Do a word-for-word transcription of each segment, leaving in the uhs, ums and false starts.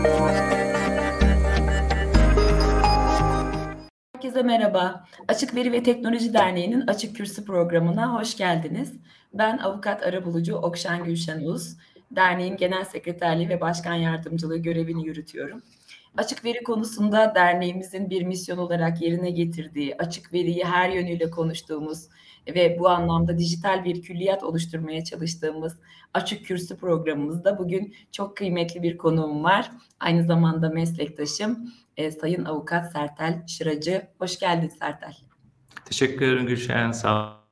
Herkese merhaba. Açık Veri ve Teknoloji Derneği'nin Açık Kürsü programına hoş geldiniz. Ben avukat arabulucu Okşan Gülşen Uz. Derneğin genel sekreterliği ve başkan yardımcılığı görevini yürütüyorum. Açık veri konusunda derneğimizin bir misyon olarak yerine getirdiği, açık veriyi her yönüyle konuştuğumuz ve bu anlamda dijital bir külliyat oluşturmaya çalıştığımız Açık Kürsü programımızda bugün çok kıymetli bir konuğum var. Aynı zamanda meslektaşım e, Sayın Avukat Sertel Şıracı. Hoş geldin Sertel. Teşekkür ederim Gülşen, sağ ol.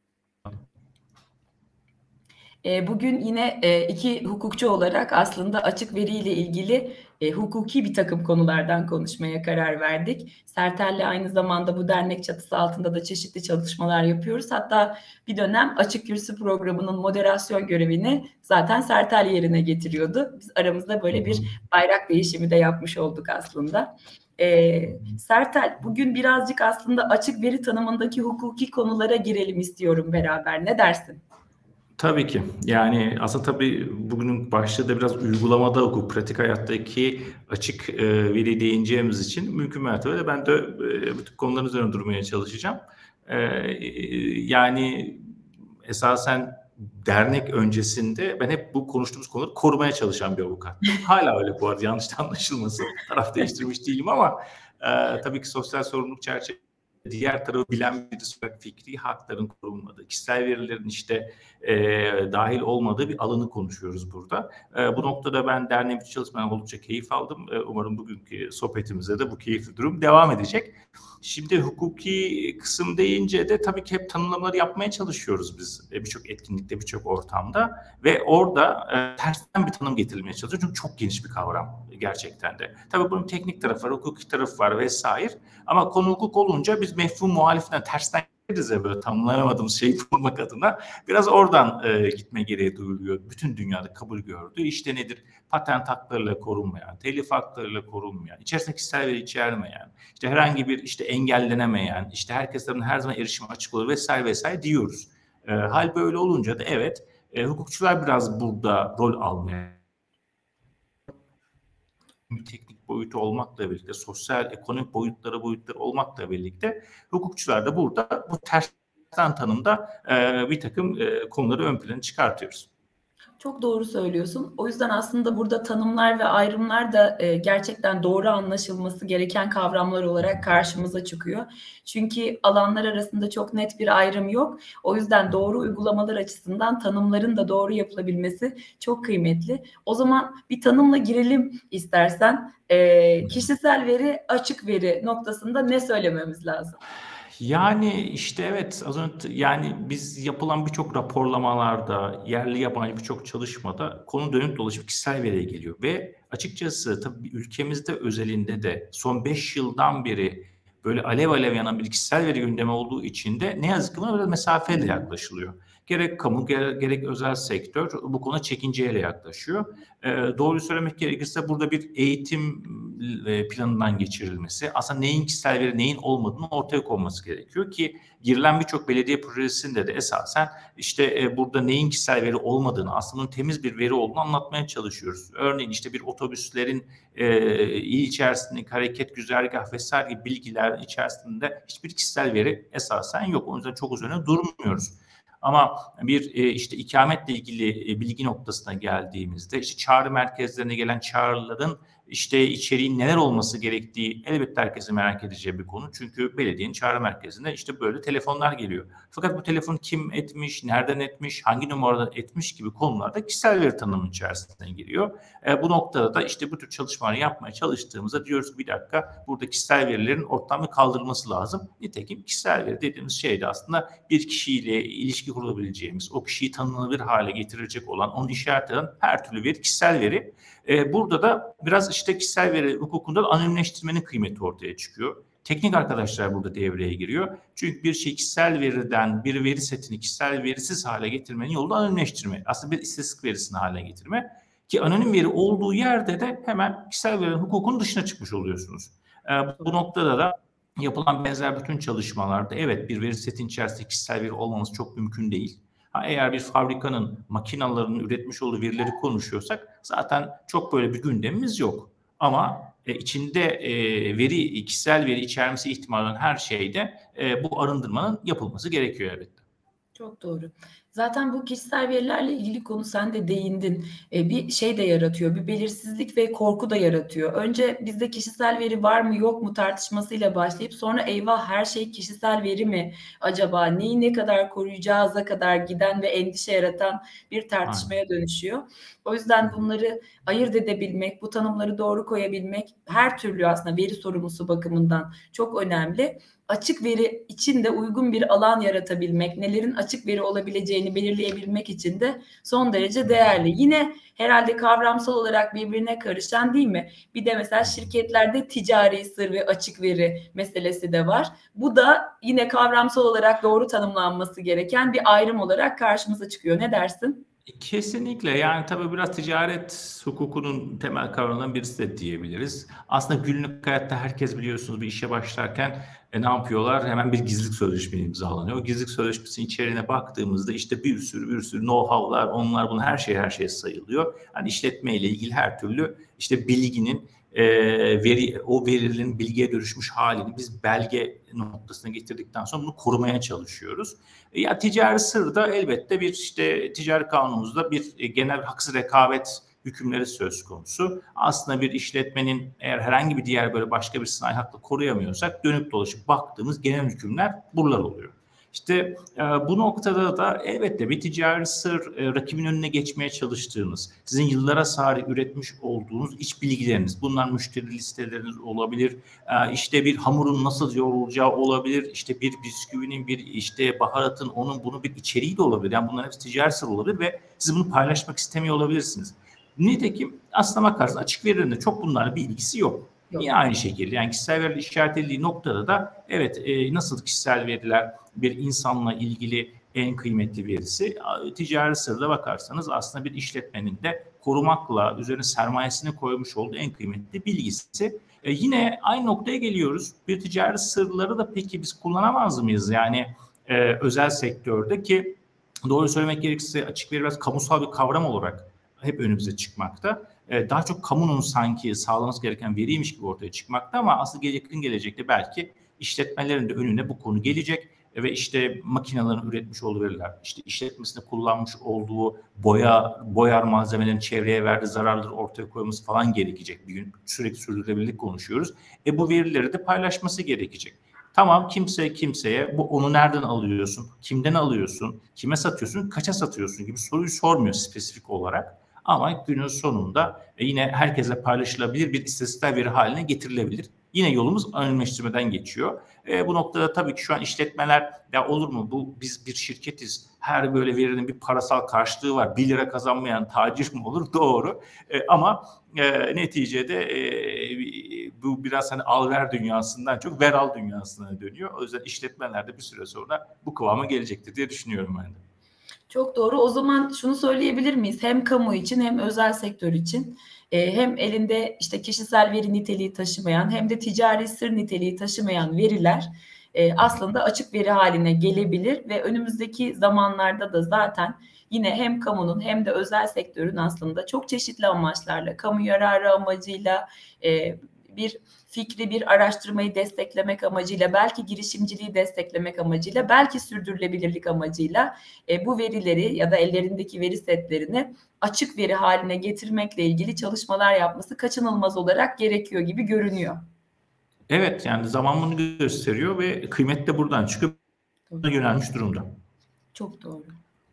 Bugün yine iki hukukçu olarak aslında açık veriyle ilgili hukuki bir takım konulardan konuşmaya karar verdik. Sertel'le aynı zamanda bu dernek çatısı altında da çeşitli çalışmalar yapıyoruz. Hatta bir dönem Açık Kürsü programının moderasyon görevini zaten Sertel yerine getiriyordu. Biz aramızda böyle bir bayrak değişimi de yapmış olduk aslında. Ee, Sertel, bugün birazcık aslında açık veri tanımındaki hukuki konulara girelim istiyorum beraber. Ne dersin? Tabii ki. Yani aslında tabii bugünün başlığı da biraz uygulamada hukuk, pratik hayattaki açık e, veri değineceğimiz için mümkün mertebe ben de e, bütün konuların üzerine durmaya çalışacağım. E, yani esasen dernek öncesinde ben hep bu konuştuğumuz konuları korumaya çalışan bir avukat. Hala öyle bu arada, yanlış da anlaşılmasın. Taraf değiştirmiş değilim ama e, tabii ki sosyal sorumluluk çerçevesi diğer tarafı bilen birisi olarak fikri hakların korunmadığı, kişisel verilerin işte e, dahil olmadığı bir alanı konuşuyoruz burada. E, bu noktada ben derneğimizde çalışmadan oldukça keyif aldım. E, umarım bugünkü sohbetimize de bu keyifli durum devam edecek. Şimdi hukuki kısım deyince de tabii ki hep tanımlamaları yapmaya çalışıyoruz biz e, birçok etkinlikte, birçok ortamda ve orada e, tersten bir tanım getirilmeye çalışıyor. Çünkü çok geniş bir kavram gerçekten de. Tabii bunun teknik tarafı var, hukuki tarafı var vesaire. Ama konu hukuk olunca biz mefhum muhaliften tersten gideriz ya, böyle tanımlayamadığımız şeyi bulmak adına biraz oradan e, gitme gereği duyuluyor. Bütün dünyada kabul gördüğü işte nedir? Patent haklarıyla korunmayan, telif haklarıyla korunmayan, içerisinde kişisel veri içermeyen, işte herhangi bir işte engellenemeyen, işte herkesin her zaman erişime açık olur vesaire vesaire diyoruz. E, hal böyle olunca da evet, e, hukukçular biraz burada rol almaya, teknik boyutu olmakla birlikte, sosyal, ekonomik boyutları boyutları olmakla birlikte hukukçular da burada bu tersten tanımda e, bir takım e, konuları ön plana çıkartıyoruz. Çok doğru söylüyorsun. O yüzden aslında burada tanımlar ve ayrımlar da e, gerçekten doğru anlaşılması gereken kavramlar olarak karşımıza çıkıyor. Çünkü alanlar arasında çok net bir ayrım yok. O yüzden doğru uygulamalar açısından tanımların da doğru yapılabilmesi çok kıymetli. O zaman bir tanımla girelim istersen. E, kişisel veri, açık veri noktasında ne söylememiz lazım? Yani işte evet, az önce yani biz yapılan birçok raporlamalarda, yerli yabancı birçok çalışmada konu dönüp dolaşıp kişisel veriye geliyor ve açıkçası tabii ülkemizde özelinde de son beş yıldan beri böyle alev alev yanan bir kişisel veri gündemi olduğu için de ne yazık ki buna biraz mesafeyle yaklaşılıyor. Gerek kamu gerek, gerek özel sektör bu konuda çekinceyle yaklaşıyor. Ee, doğru söylemek gerekirse burada bir eğitim e, planından geçirilmesi, aslında neyin kişisel veri neyin olmadığını ortaya konması gerekiyor ki girilen birçok belediye projesinde de esasen işte e, burada neyin kişisel veri olmadığını, aslında temiz bir veri olduğunu anlatmaya çalışıyoruz. Örneğin işte bir otobüslerin e, il içerisindeki hareket güzergah vesaire gibi bilgiler içerisinde hiçbir kişisel veri esasen yok. O yüzden çok üzerine durmuyoruz. Ama bir e, işte ikametle ilgili e, bilgi noktasına geldiğimizde işte çağrı merkezlerine gelen çağrıların işte içeriğin neler olması gerektiği elbette herkesin merak edeceği bir konu. Çünkü belediyenin çağrı merkezinde işte böyle telefonlar geliyor. Fakat bu telefon kim etmiş, nereden etmiş, hangi numaradan etmiş gibi konularda kişisel veri tanımının içerisine giriyor. E, bu noktada da işte bu tür çalışmaları yapmaya çalıştığımızda diyoruz ki bir dakika, burada kişisel verilerin ortadan kaldırılması lazım. Nitekim kişisel veri dediğimiz şey de aslında bir kişiyle ilişki kurabileceğimiz, o kişiyi tanınabilir hale getirecek olan, onu işaret eden her türlü veri kişisel veri. E, burada da biraz işte kişisel veri hukukunda anonimleştirmenin kıymeti ortaya çıkıyor. Teknik arkadaşlar burada devreye giriyor. Çünkü bir şey kişisel veriden bir veri setini kişisel verisiz hale getirmenin yolu da anonimleştirme. Aslında bir istatistik verisini haline getirme. Ki anonim veri olduğu yerde de hemen kişisel verinin hukukunun dışına çıkmış oluyorsunuz. E, bu noktada da yapılan benzer bütün çalışmalarda evet, bir veri setin içerisinde kişisel veri olmaması çok mümkün değil. Ha, eğer bir fabrikanın makinalarının üretmiş olduğu verileri konuşuyorsak zaten çok böyle bir gündemimiz yok. ama e, içinde e, veri, kişisel veri içermesi ihtimali olan her şeyde e, bu arındırmanın yapılması gerekiyor elbette. Çok doğru. Zaten bu kişisel verilerle ilgili konu sen de değindin. Eee, bir şey de yaratıyor, bir belirsizlik ve korku da yaratıyor. Önce bizde kişisel veri var mı yok mu tartışmasıyla başlayıp sonra eyvah her şey kişisel veri mi acaba? Neyi ne kadar koruyacağıza kadar giden ve endişe yaratan bir Aynen. tartışmaya dönüşüyor. O Hı yüzden hı. bunları ayırt edebilmek, bu tanımları doğru koyabilmek her türlü aslında veri sorumlusu bakımından çok önemli. Açık veri için de uygun bir alan yaratabilmek, nelerin açık veri olabileceğini belirleyebilmek için de son derece değerli. Yine herhalde kavramsal olarak birbirine karışan değil mi? Bir de mesela şirketlerde ticari sır ve açık veri meselesi de var. Bu da yine kavramsal olarak doğru tanımlanması gereken bir ayrım olarak karşımıza çıkıyor. Ne dersin? Kesinlikle. Yani tabii biraz ticaret hukukunun temel kavramlarından birisi de diyebiliriz. Aslında günlük hayatta herkes biliyorsunuz bir işe başlarken e, ne yapıyorlar? Hemen bir gizlilik sözleşmesi imzalanıyor. O gizlilik sözleşmesinin içeriğine baktığımızda işte bir sürü bir sürü know-how'lar, onlar bunun her şey her şey sayılıyor. Hani işletme ile ilgili her türlü işte bilginin e, veri o verilerin bilgiye dönüşmüş halini biz belge noktasına getirdikten sonra bunu korumaya çalışıyoruz. Ya ticari sır da elbette bir işte ticari kanunumuzda bir e, genel haksız rekabet hükümleri söz konusu. Aslında bir işletmenin eğer herhangi bir diğer böyle başka bir sınai hakla koruyamıyorsak dönüp dolaşıp baktığımız genel hükümler buralar oluyor. İşte e, bu noktada da elbette bir ticari sır e, rakibin önüne geçmeye çalıştığınız, sizin yıllara sari üretmiş olduğunuz iç bilgileriniz, bunlar müşteri listeleriniz olabilir, e, işte bir hamurun nasıl yoğrulacağı olabilir, işte bir bisküvinin, bir işte baharatın, onun bunun bir içeriği de olabilir. Yani bunların hepsi ticari sır olabilir ve siz bunu paylaşmak istemiyor olabilirsiniz. Nitekim aslına bakarsanız açık verilerinde çok bunlarla bir ilgisi yok. Yine Yok. aynı şekilde yani kişisel veriler işaret edildiği noktada da evet e, nasıl kişisel veriler bir insanla ilgili en kıymetli verisi, ticari sırda bakarsanız aslında bir işletmenin de korumakla üzerine sermayesini koymuş olduğu en kıymetli bilgisi. E, yine aynı noktaya geliyoruz. Bir ticari sırları da peki biz kullanamaz mıyız? Yani e, özel sektörde ki doğru söylemek gerekirse açık veri biraz kamusal bir kavram olarak hep önümüze çıkmakta. E, daha çok kamunun sanki sağlaması gereken veriymiş gibi ortaya çıkmakta ama aslında yakın gelecekte belki işletmelerin de önüne bu konu gelecek ve işte makinelerin üretmiş olduğu veriler, işte işletmesinde kullanmış olduğu boya, boyar malzemelerin çevreye verdiği zararları ortaya koyması falan gerekecek bir gün. Sürekli sürdürülebilirlik konuşuyoruz. E bu verileri de paylaşması gerekecek. Tamam kimse kimseye bu onu nereden alıyorsun, kimden alıyorsun, kime satıyorsun, kaça satıyorsun gibi soruyu sormuyor spesifik olarak. Ama günün sonunda e, yine herkese paylaşılabilir bir istatistiksel veri haline getirilebilir. Yine yolumuz anonimleştirmeden geçiyor. E, bu noktada tabii ki şu an işletmeler ya olur mu bu biz bir şirketiz her böyle verinin bir parasal karşılığı var bir lira kazanmayan tacir mi olur? Doğru e, ama e, neticede e, bu biraz hani al ver dünyasından çok ver al dünyasına dönüyor. O yüzden işletmeler de bir süre sonra bu kıvama gelecektir diye düşünüyorum ben de. Çok doğru. O zaman şunu söyleyebilir miyiz? Hem kamu için hem özel sektör için e, hem elinde işte kişisel veri niteliği taşımayan hem de ticari sır niteliği taşımayan veriler e, aslında açık veri haline gelebilir ve önümüzdeki zamanlarda da zaten yine hem kamunun hem de özel sektörün aslında çok çeşitli amaçlarla, kamu yararı amacıyla e, bir fikri, bir araştırmayı desteklemek amacıyla, belki girişimciliği desteklemek amacıyla, belki sürdürülebilirlik amacıyla e, bu verileri ya da ellerindeki veri setlerini açık veri haline getirmekle ilgili çalışmalar yapması kaçınılmaz olarak gerekiyor gibi görünüyor. Evet yani zaman bunu gösteriyor ve kıymet de buradan çıkıp Doğru. yönelmiş durumda. Çok doğru.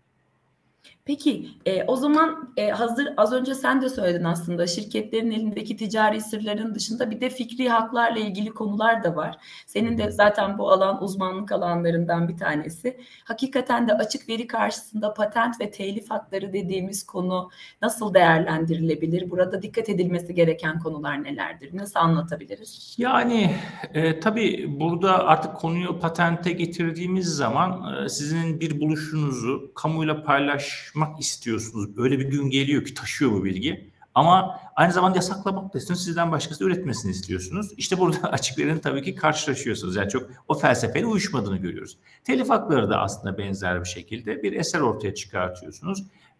Peki e, o zaman e, hazır az önce sen de söyledin aslında şirketlerin elindeki ticari sırların dışında bir de fikri haklarla ilgili konular da var. Senin de zaten bu alan uzmanlık alanlarından bir tanesi. Hakikaten de açık veri karşısında patent ve telif hakları dediğimiz konu nasıl değerlendirilebilir? Burada dikkat edilmesi gereken konular nelerdir? Nasıl anlatabiliriz? Yani e, tabii burada artık konuyu patente getirdiğimiz zaman e, sizin bir buluşunuzu kamuyla paylaşmak istiyorsunuz. Öyle bir gün geliyor ki taşıyor bu bilgi. Ama aynı zamanda yasaklamak da istiyorsunuz. Sizden başkası üretmesini istiyorsunuz. İşte burada açık verinin tabii ki karşılaşıyorsunuz. Yani çok o felsefeyle uyuşmadığını görüyoruz. Telif hakları da aslında benzer bir şekilde bir eser ortaya çıkartıyorsunuz.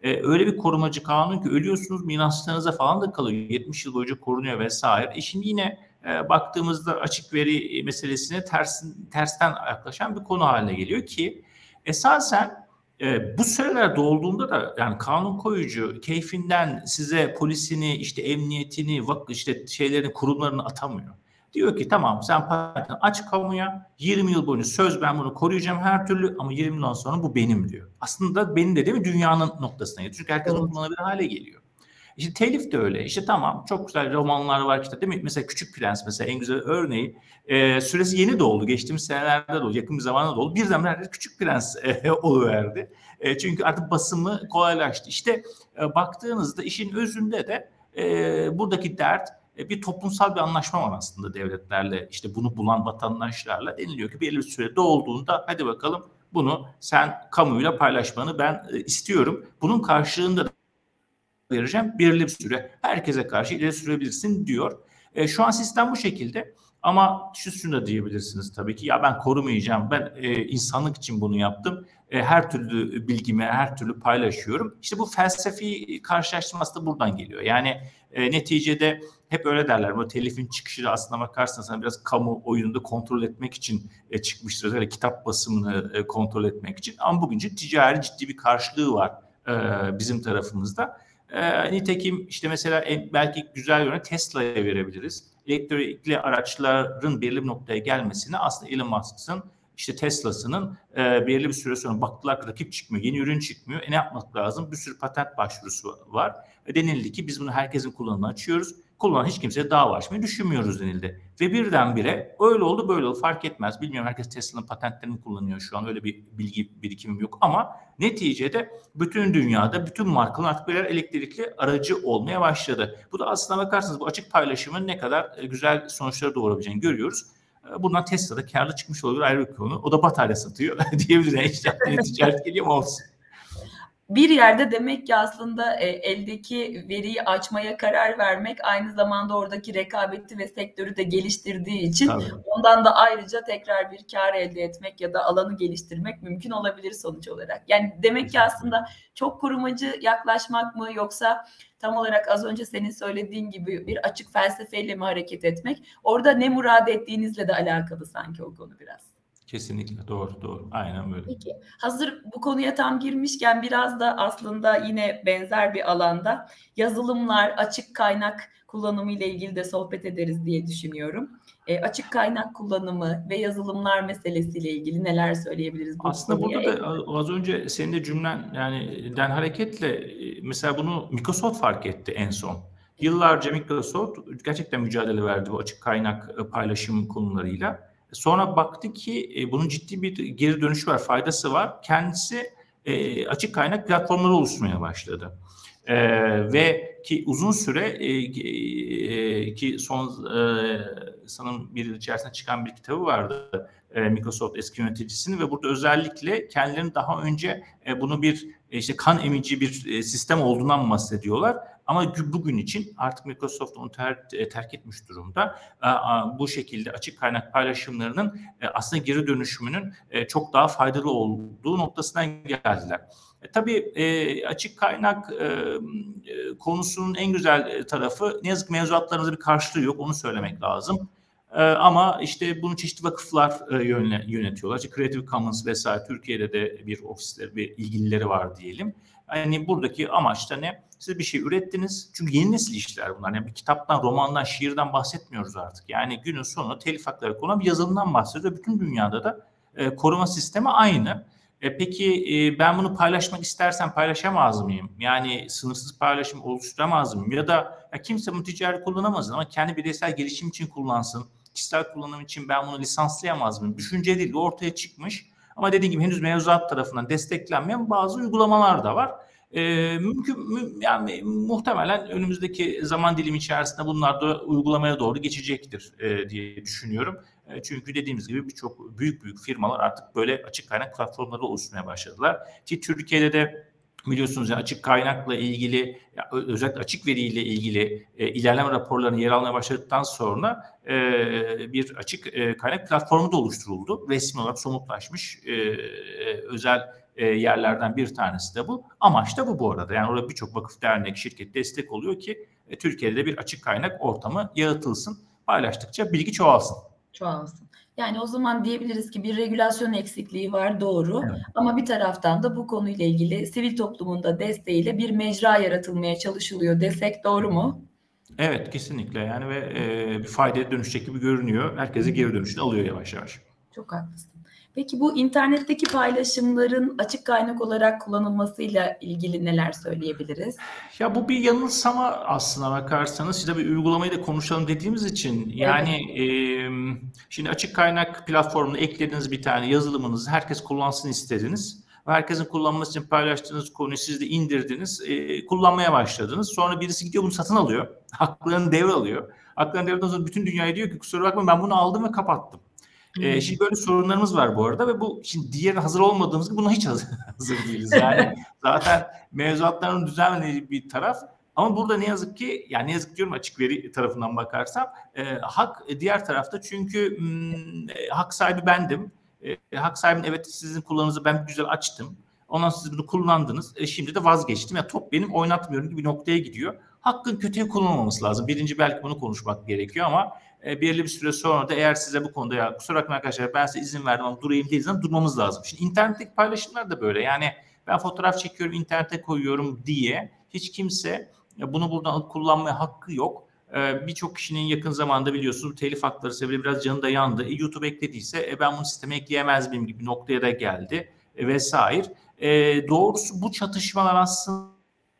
E, öyle bir korumacı kanun ki ölüyorsunuz, miraslarınıza falan da kalıyor. yetmiş yıl boyunca korunuyor vesaire. E şimdi yine e, baktığımızda açık veri meselesine ters, tersten yaklaşan bir konu haline geliyor ki esasen e, bu süreler dolduğunda da yani kanun koyucu keyfinden size polisini, işte emniyetini, vak işte şeylerini, kurumlarını atamıyor. Diyor ki tamam sen patentini aç kamuya, yirmi yıl boyunca söz ben bunu koruyacağım her türlü ama yirmi yıldan sonra bu benim diyor. Aslında benim de değil mi dünyanın noktasına gidiyor. Çünkü herkes onu Doğru. kullanabilir hale geliyor. İşte telif de öyle. İşte tamam çok güzel romanlar var işte değil mi? Mesela Küçük Prens mesela en güzel örneği. E, süresi yeni doldu. Geçtiğimiz senelerde doldu. Yakın bir zamanda doldu. Birden herkes Küçük Prens e, oluverdi. E, çünkü artık basımı kolaylaştı. İşte e, baktığınızda işin özünde de e, buradaki dert e, bir toplumsal bir anlaşma var aslında devletlerle. İşte bunu bulan vatandaşlarla deniliyor ki belirli bir süre dolduğunda hadi bakalım bunu sen kamuyla paylaşmanı ben e, istiyorum. Bunun karşılığında vereceğim belirli bir süre. Herkese karşı ileri sürebilirsin diyor. E, şu an sistem bu şekilde. Ama şu şunu da diyebilirsiniz tabii ki ya ben korumayacağım. Ben e, insanlık için bunu yaptım. E, her türlü bilgimi her türlü paylaşıyorum. İşte bu felsefi karşılaştırma aslında buradan geliyor. Yani e, neticede hep öyle derler. Bu telifin çıkışı da aslına bakarsanız hani biraz kamu oyununda kontrol etmek için e, çıkmıştır. Özellikle kitap basımını e, kontrol etmek için. Ama bugün ticari ciddi bir karşılığı var e, bizim tarafımızda. E, nitekim işte mesela en, belki güzel bir örnek Tesla'ya verebiliriz. Elektrikli araçların belirli bir noktaya gelmesini aslında Elon Musk'ın işte Tesla'sının e, belirli bir süre sonra baktılar ki rakip çıkmıyor, yeni ürün çıkmıyor. E ne yapmak lazım? Bir sürü patent başvurusu var. E, denildi ki biz bunu herkesin kullanımına açıyoruz. Kullanan hiç kimseye dava açmayı düşünmüyoruz denildi. Ve birdenbire öyle oldu böyle oldu fark etmez. Bilmiyorum herkes Tesla'nın patentlerini kullanıyor şu an öyle bir bilgi birikimim yok ama neticede bütün dünyada bütün markalar artık birer elektrikli aracı olmaya başladı. Bu da aslına bakarsanız bu açık paylaşımın ne kadar güzel sonuçları doğurabileceğini görüyoruz. Bundan Tesla'da karlı çıkmış olabilir ayrı bir konu. O da batarya satıyor diyebiliriz. İşte ticaret geliyor mu olsun. Bir yerde demek ki aslında e, eldeki veriyi açmaya karar vermek aynı zamanda oradaki rekabeti ve sektörü de geliştirdiği için Tabii. ondan da ayrıca tekrar bir kar elde etmek ya da alanı geliştirmek mümkün olabilir sonuç olarak. Yani demek Kesinlikle. ki aslında çok korumacı yaklaşmak mı yoksa tam olarak az önce senin söylediğin gibi bir açık felsefeyle mi hareket etmek? Orada ne murad ettiğinizle de alakalı sanki o konu biraz. Kesinlikle doğru doğru. Aynen böyle. Peki hazır bu konuya tam girmişken biraz da aslında yine benzer bir alanda yazılımlar, açık kaynak kullanımı ile ilgili de sohbet ederiz diye düşünüyorum. E, açık kaynak kullanımı ve yazılımlar meselesiyle ilgili neler söyleyebiliriz bu Aslında konuya? burada da az önce senin de cümlen yani den hareketle mesela bunu Microsoft fark etti en son. Yıllarca Microsoft gerçekten mücadele verdi bu açık kaynak paylaşım konularıyla. Sonra baktı ki bunun ciddi bir geri dönüşü var, faydası var. Kendisi açık kaynak platformları oluşturmaya başladı. Ee, ve ki uzun süre e, e, ki son e, sanırım bir yıl içerisinde çıkan bir kitabı vardı e, Microsoft eski yöneticisinin ve burada özellikle kendilerinin daha önce e, bunu bir e, işte kan emici bir e, sistem olduğundan bahsediyorlar. Ama bugün için artık Microsoft onu ter, e, terk etmiş durumda. E, bu şekilde açık kaynak paylaşımlarının e, aslında geri dönüşümünün e, çok daha faydalı olduğu noktasından geldiler. E, tabii e, açık kaynak e, e, konusunun en güzel tarafı ne yazık ki mevzuatlarımızda bir karşılığı yok. Onu söylemek lazım. E, ama işte bunu çeşitli vakıflar e, yönle, yönetiyorlar. İşte Creative Commons vesaire Türkiye'de de bir ofisleri, bir ilgilileri var diyelim. Yani buradaki amaç da ne? Siz bir şey ürettiniz. Çünkü yeni nesil işler bunlar. Yani bir kitaptan, romandan, şiirden bahsetmiyoruz artık. Yani günün sonunda telif hakları konulan bir yazılımdan bahsediyoruz. Bütün dünyada da e, koruma sistemi aynı. E peki e, ben bunu paylaşmak istersem paylaşamaz mıyım? Yani sınırsız paylaşım oluşturamaz mıyım? Ya da ya kimse bunu ticari kullanamaz ama kendi bireysel gelişim için kullansın. Kişisel kullanım için ben bunu lisanslayamaz mıyım? Düşünce değil, ortaya çıkmış. Ama dediğim gibi henüz mevzuat tarafından desteklenmeyen bazı uygulamalar da var. E, mümkün mü, yani muhtemelen önümüzdeki zaman dilimi içerisinde bunlar da uygulamaya doğru geçecektir e, diye düşünüyorum. E, çünkü dediğimiz gibi birçok büyük büyük firmalar artık böyle açık kaynak platformları oluşturmaya başladılar. Ki Türkiye'de de biliyorsunuz yani açık kaynakla ilgili ya özellikle açık veriyle ilgili e, ilerleme raporlarını yer almaya başladıktan sonra e, bir açık e, kaynak platformu da oluşturuldu. Resmi olarak somutlaşmış e, özel e, yerlerden bir tanesi de bu. Amaç da bu bu arada. Yani orada birçok vakıf, dernek, şirket destek oluyor ki e, Türkiye'de bir açık kaynak ortamı yaratılsın. Paylaştıkça bilgi çoğalsın. Çoğalsın. Yani o zaman diyebiliriz ki bir regülasyon eksikliği var, doğru. Evet. Ama bir taraftan da bu konuyla ilgili sivil toplumun da desteğiyle bir mecra yaratılmaya çalışılıyor desek doğru mu? Evet, kesinlikle yani ve e, bir faydaya dönüşecek gibi görünüyor. Hı Herkese hı. geri dönüşünü alıyor yavaş yavaş. Çok haklısın. Peki bu internetteki paylaşımların açık kaynak olarak kullanılmasıyla ilgili neler söyleyebiliriz? Ya bu bir yanılsama aslına bakarsanız. İşte bir uygulamayı da konuşalım dediğimiz için Evet. yani e, şimdi açık kaynak platformuna eklediniz bir tane yazılımınızı herkes kullansın istediniz. Ve herkesin kullanması için paylaştığınız konuyu siz de indirdiniz, e, kullanmaya başladınız. Sonra birisi gidiyor bunu satın alıyor, haklarını devralıyor. Haklarını devraldıktan sonra bütün dünyaya diyor ki kusura bakma ben bunu aldım ve kapattım. E, Hmm. şimdi böyle sorunlarımız var bu arada ve bu şimdi diğer hazır olmadığımız gibi buna hiç hazır, hazır değiliz. Yani zaten mevzuatların düzenlediği bir taraf ama burada ne yazık ki yani ne yazık diyorum açık veri tarafından bakarsam e, hak diğer tarafta çünkü m, e, hak sahibi bendim. E, hak sahibinin evet sizin kullanınızı ben güzel açtım. Ondan sonra siz bunu kullandınız. E, şimdi de vazgeçtim. Ya top benim oynatmıyorum gibi bir noktaya gidiyor. Hakkın kötüye kullanılmaması lazım. Birinci belki bunu konuşmak gerekiyor ama e, belirli bir süre sonra da eğer size bu konuda ya kusura bakmayın arkadaşlar ben size izin verdim ama durayım değilsem durmamız lazım. Şimdi internetteki paylaşımlar da böyle. Yani ben fotoğraf çekiyorum internete koyuyorum diye hiç kimse bunu buradan alıp kullanmaya hakkı yok. Ee, Birçok kişinin yakın zamanda biliyorsunuz telif hakları sebebiyle biraz canı da yandı. E, YouTube eklediyse e, ben bunu sisteme ekleyemez miyim gibi noktaya da geldi e, vesaire. E, doğrusu bu çatışmalar aslında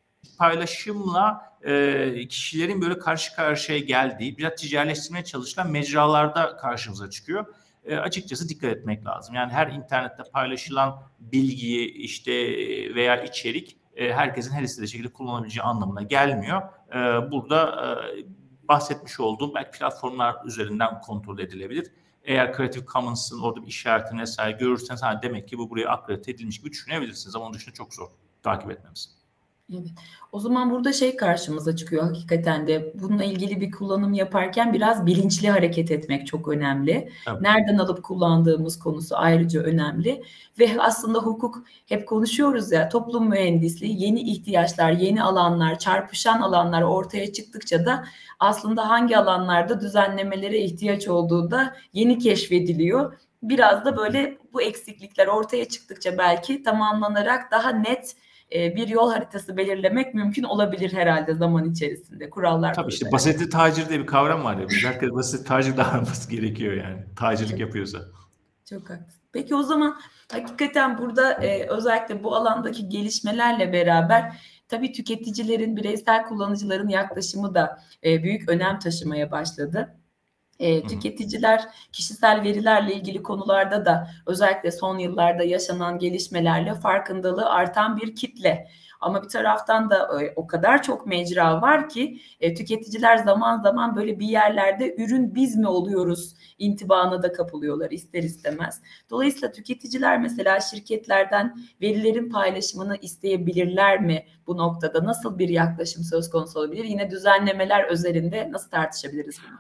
paylaşımla e, kişilerin böyle karşı karşıya geldiği, biraz ticaretleştirmeye çalışılan mecralarda karşımıza çıkıyor. E, açıkçası dikkat etmek lazım. Yani her internette paylaşılan bilgiyi işte veya içerik e, herkesin her istediği şekilde kullanabileceği anlamına gelmiyor. E, burada e, bahsetmiş olduğum belki platformlar üzerinden kontrol edilebilir. Eğer Creative Commons'ın orada bir işaretini vesaire görürseniz ha, demek ki bu buraya akredite edilmiş gibi düşünebilirsiniz ama onun dışında çok zor takip etmemiz. Evet. O zaman burada şey karşımıza çıkıyor hakikaten de bununla ilgili bir kullanım yaparken biraz bilinçli hareket etmek çok önemli. Tabii. Nereden alıp kullandığımız konusu ayrıca önemli ve aslında hukuk hep konuşuyoruz ya toplum mühendisliği yeni ihtiyaçlar, yeni alanlar, çarpışan alanlar ortaya çıktıkça da aslında hangi alanlarda düzenlemelere ihtiyaç olduğu da yeni keşfediliyor. Biraz da böyle bu eksiklikler ortaya çıktıkça belki tamamlanarak daha net bir yol haritası belirlemek mümkün olabilir herhalde zaman içerisinde kurallar Tabii işte koyarak. basitli tacir diye bir kavram var ya. Biz herkes basit tacir davranması gerekiyor yani. Tacirlik yapıyorsa. Çok haklısın. Peki o zaman hakikaten burada e, özellikle bu alandaki gelişmelerle beraber tabii tüketicilerin, bireysel kullanıcıların yaklaşımı da e, büyük önem taşımaya başladı. E, tüketiciler kişisel verilerle ilgili konularda da özellikle son yıllarda yaşanan gelişmelerle farkındalığı artan bir kitle. Ama bir taraftan da e, o kadar çok mecra var ki e, tüketiciler zaman zaman böyle bir yerlerde ürün biz mi oluyoruz intibana da kapılıyorlar ister istemez. Dolayısıyla tüketiciler mesela şirketlerden verilerin paylaşımını isteyebilirler mi bu noktada? Nasıl bir yaklaşım söz konusu olabilir? Yine düzenlemeler özelinde nasıl tartışabiliriz bunu?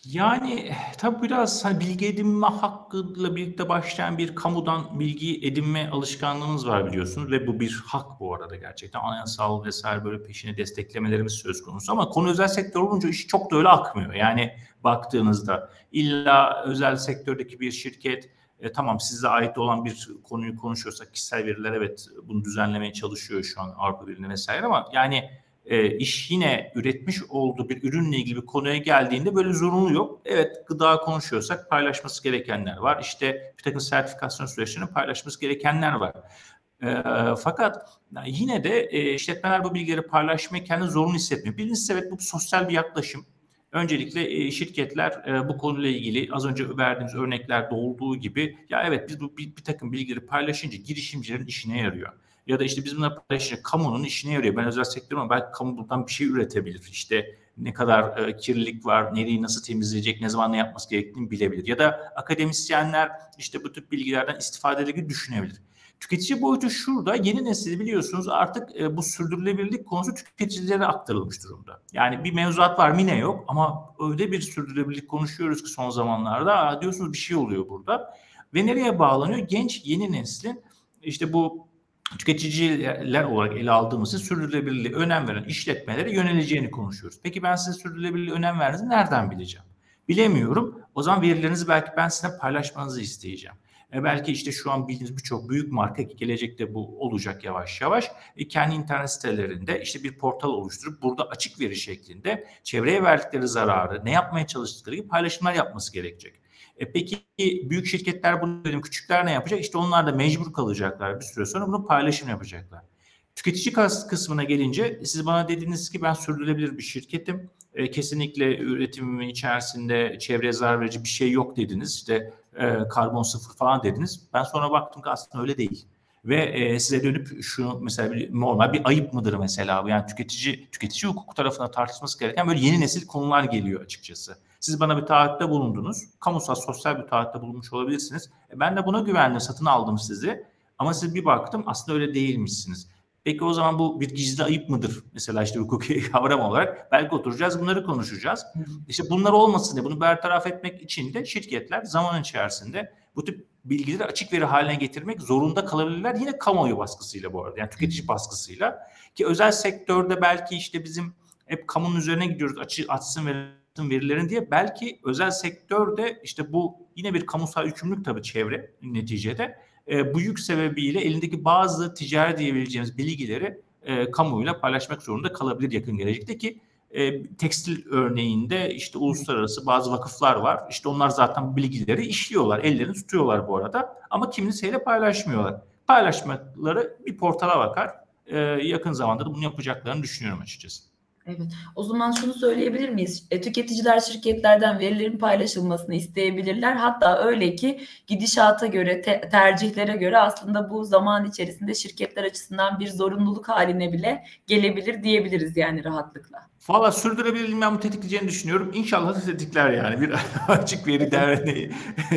Yani tabii biraz hani bilgi edinme hakkıyla birlikte başlayan bir kamudan bilgi edinme alışkanlığımız var biliyorsunuz ve bu bir hak bu arada gerçekten anayasal vesaire böyle peşine desteklemelerimiz söz konusu ama konu özel sektör olunca iş çok da öyle akmıyor. Yani baktığınızda illa özel sektördeki bir şirket e, tamam size ait olan bir konuyu konuşuyorsak kişisel veriler evet bunu düzenlemeye çalışıyor şu an Avrupa Birliği vesaire ama yani e, iş yine üretmiş olduğu bir ürünle ilgili bir konuya geldiğinde böyle zorunlu yok. Evet gıda konuşuyorsak paylaşması gerekenler var. İşte bir takım sertifikasyon süreçlerini paylaşması gerekenler var. E, fakat yine de e, işletmeler bu bilgileri paylaşmayı kendi zorunlu hissetmiyor. Birincisi evet bu sosyal bir yaklaşım. Öncelikle e, şirketler e, bu konuyla ilgili az önce verdiğimiz örneklerde olduğu gibi ya evet biz bu bir, bir takım bilgileri paylaşınca girişimcilerin işine yarıyor. Ya da işte biz bunları paylaşınca kamunun işine yarıyor. Ben özel sektörüm ama belki kamu buradan bir şey üretebilir. İşte ne kadar e, kirlilik var, nereyi nasıl temizleyecek, ne zaman ne yapması gerektiğini bilebilir. Ya da akademisyenler işte bu tip bilgilerden istifade edebilir, düşünebilir. Tüketici boyutu şurada. Yeni nesil biliyorsunuz artık e, bu sürdürülebilirlik konusu tüketicilere aktarılmış durumda. Yani bir mevzuat var mı ne yok ama öyle bir sürdürülebilirlik konuşuyoruz ki son zamanlarda diyorsunuz bir şey oluyor burada. Ve nereye bağlanıyor? Genç yeni neslin işte bu tüketiciler olarak ele aldığımızda sürdürülebilirliğe önem veren işletmelere yöneleceğini konuşuyoruz. Peki ben size sürdürülebilirliğe önem verdiğinizi nereden bileceğim? Bilemiyorum. O zaman verilerinizi belki ben size paylaşmanızı isteyeceğim. E belki işte şu an bildiğiniz birçok büyük marka, ki gelecekte bu olacak yavaş yavaş, e kendi internet sitelerinde işte bir portal oluşturup burada açık veri şeklinde çevreye verdikleri zararı, ne yapmaya çalıştıkları gibi paylaşımlar yapması gerekecek. E peki büyük şirketler bunu dedim, küçükler ne yapacak? İşte onlar da mecbur kalacaklar bir süre sonra, bunu paylaşım yapacaklar. Tüketici kısmına gelince, siz bana dediniz ki ben sürdürülebilir bir şirketim. E, kesinlikle üretimimin içerisinde çevreye zarar verici bir şey yok dediniz. İşte e, karbon sıfır falan dediniz. Ben sonra baktım ki aslında öyle değil. Ve e, size dönüp şunu mesela bir, normal bir ayıp mıdır mesela? Yani tüketici tüketici hukuku tarafına tartışması gereken böyle yeni nesil konular geliyor açıkçası. Siz bana bir taahhütte bulundunuz. Kamusal, sosyal bir taahhütte bulunmuş olabilirsiniz. E, ben de buna güvendim, satın aldım sizi. Ama siz bir baktım aslında öyle değilmişsiniz. Peki o zaman bu bir gizli ayıp mıdır? Mesela işte hukuki kavram olarak belki oturacağız, bunları konuşacağız. İşte bunlar olmasın diye, bunu bertaraf etmek için de şirketler zaman içerisinde bu tip bilgileri açık veri haline getirmek zorunda kalabilirler. Yine kamuoyu baskısıyla bu arada, yani tüketici baskısıyla. Ki özel sektörde belki işte bizim hep kamunun üzerine gidiyoruz, açı, açsın verilerin diye. Belki özel sektörde işte bu yine bir kamusal yükümlülük tabii çevre neticede. E, bu yük sebebiyle elindeki bazı ticari diyebileceğimiz bilgileri e, kamuoyuyla paylaşmak zorunda kalabilir yakın gelecekte, ki e, tekstil örneğinde işte uluslararası bazı vakıflar var. İşte onlar zaten bu bilgileri işliyorlar, ellerini tutuyorlar bu arada, ama kimseyle paylaşmıyorlar. Paylaşmaları bir portala bakar. E, yakın zamanda da bunu yapacaklarını düşünüyorum açıkçası. Evet. O zaman şunu söyleyebilir miyiz? E, tüketiciler şirketlerden verilerin paylaşılmasını isteyebilirler. Hatta öyle ki gidişata göre, te- tercihlere göre aslında bu zaman içerisinde şirketler açısından bir zorunluluk haline bile gelebilir diyebiliriz yani rahatlıkla. Valla sürdürülebilirliğin ben bu tetikleyeceğini düşünüyorum. İnşallah da tetikler yani. Bir açık veri derneği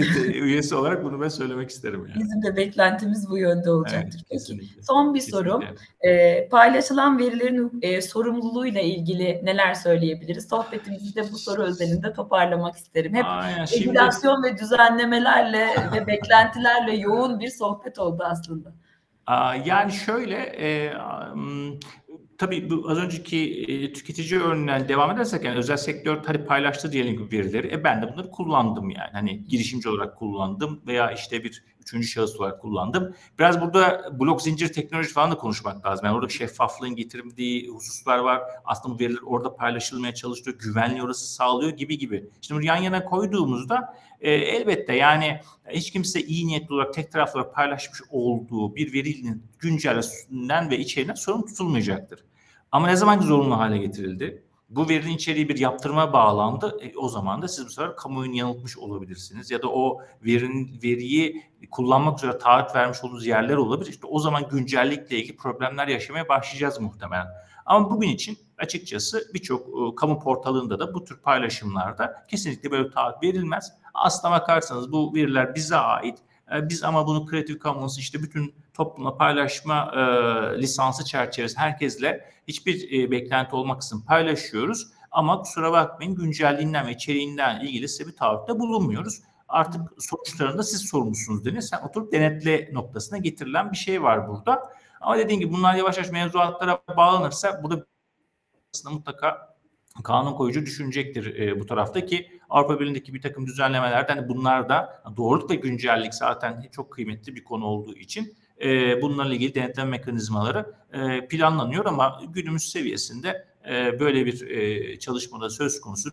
üyesi olarak bunu ben söylemek isterim yani. Bizim de beklentimiz bu yönde Evet, olacaktır. Peki kesinlikle. son bir sorum. Kesinlikle. E, paylaşılan verilerin e, sorumluluğuyla ilgili neler söyleyebiliriz? Sohbetimizi de bu soru özelinde toparlamak isterim. Hep Aynen şimdi regülasyon ve düzenlemelerle ve beklentilerle yoğun bir sohbet oldu aslında. Aa, yani şöyle, e, m, tabii bu az önceki e, tüketici örneğinden devam edersek, yani özel sektör hadi paylaştı diyelim ki verileri. E ben de bunları kullandım yani. Hani girişimci olarak kullandım veya işte bir üçüncü şahıs olarak kullandım. Biraz burada blok zincir teknoloji falan da konuşmak lazım. Yani orada şeffaflığın getirdiği hususlar var. Aslında bu veriler orada paylaşılmaya çalışıyor. Güvenliği orası sağlıyor gibi gibi. Şimdi bunu yan yana koyduğumuzda e, elbette yani hiç kimse iyi niyetli olarak tek taraflı olarak paylaşmış olduğu bir verinin güncellerinden ve içeriğinden sorumlu tutulmayacaktır. Ama ne zaman zorunlu hale getirildi? Bu verinin içeriği bir yaptırıma bağlandı. E, o zaman da siz bu sefer kamuoyunu yanıltmış olabilirsiniz. Ya da o verinin veriyi kullanmak üzere taahhüt vermiş olduğunuz yerler olabilir. İşte o zaman güncellikle ilgili problemler yaşamaya başlayacağız muhtemelen. Ama bugün için açıkçası birçok e, kamu portalında da bu tür paylaşımlarda kesinlikle böyle taahhüt verilmez. Aslına bakarsanız bu veriler bize ait. E, biz ama bunu Creative Commons işte bütün toplumla paylaşma e, lisansı çerçevesi herkesle hiçbir e, beklenti olmaksızın paylaşıyoruz. Ama kusura bakmayın, güncelliğinden ve içeriğinden ilgili size bir taahhütte bulunmuyoruz. Artık sonuçlarında siz sorumlusunuz deniyor. Sen oturup denetle noktasına getirilen bir şey var burada. Ama dediğim gibi bunlar yavaş yavaş mevzuatlara bağlanırsa burada aslında mutlaka kanun koyucu düşünecektir e, bu tarafta, ki Avrupa Birliği'ndeki bir takım düzenlemelerden bunlar da doğruluk ve güncellik zaten çok kıymetli bir konu olduğu için e, bunlarla ilgili denetleme mekanizmaları e, planlanıyor, ama günümüz seviyesinde e, böyle bir e, çalışmada söz konusu.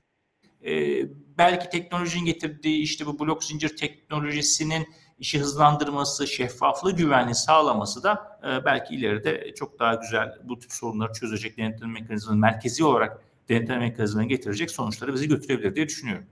E, belki teknolojinin getirdiği işte bu blok zincir teknolojisinin işi hızlandırması, şeffaflığı, güvenliği sağlaması da e, belki ileride çok daha güzel bu tip sorunları çözecek denetleme mekanizmanın merkezi olarak denetleme mekanizmanı getirecek sonuçları bizi götürebilir diye düşünüyorum.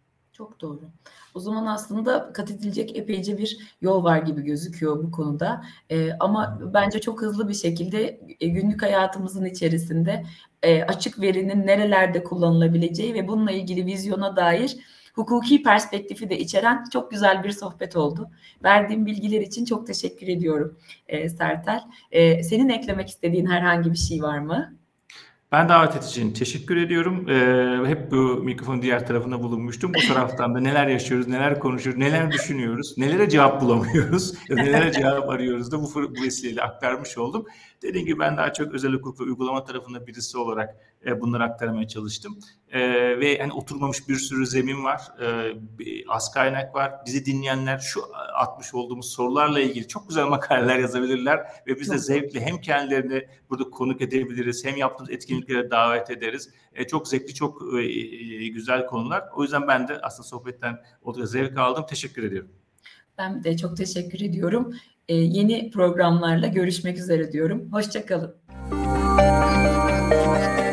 Çok doğru. O zaman aslında kat edilecek epeyce bir yol var gibi gözüküyor bu konuda. Eee, ama bence çok hızlı bir şekilde e, günlük hayatımızın içerisinde e, açık verinin nerelerde kullanılabileceği ve bununla ilgili vizyona dair hukuki perspektifi de içeren çok güzel bir sohbet oldu. Verdiğim bilgiler için çok teşekkür ediyorum e, Sertel. E, senin eklemek istediğin herhangi bir şey var mı? Ben davet için teşekkür ediyorum. Eee, hep bu mikrofonun diğer tarafında bulunmuştum. Bu taraftan da neler yaşıyoruz, neler konuşuyoruz, neler düşünüyoruz, nelere cevap bulamıyoruz ya da nelere cevap arıyoruz da bu fır bu vesileyle aktarmış oldum. Dediğim gibi ben daha çok özel hukuk ve uygulama tarafında birisi olarak, eee, bunları aktarmaya çalıştım. Eee, ve hani oturmamış bir sürü zemin var. Eee, bi az kaynak var. Bizi dinleyenler şu a atmış olduğumuz sorularla ilgili çok güzel makaleler yazabilirler ve biz de Çok doğru. zevkle hem kendilerini burada konuk edebiliriz hem yaptığımız etkinliklere davet ederiz. Eee, çok zevkli, çok, eee, güzel konular. O yüzden ben de aslında sohbetten oldukça zevk aldım. Teşekkür ediyorum. Ben de çok teşekkür ediyorum. Eee, yeni programlarla görüşmek üzere diyorum. Hoşça kalın.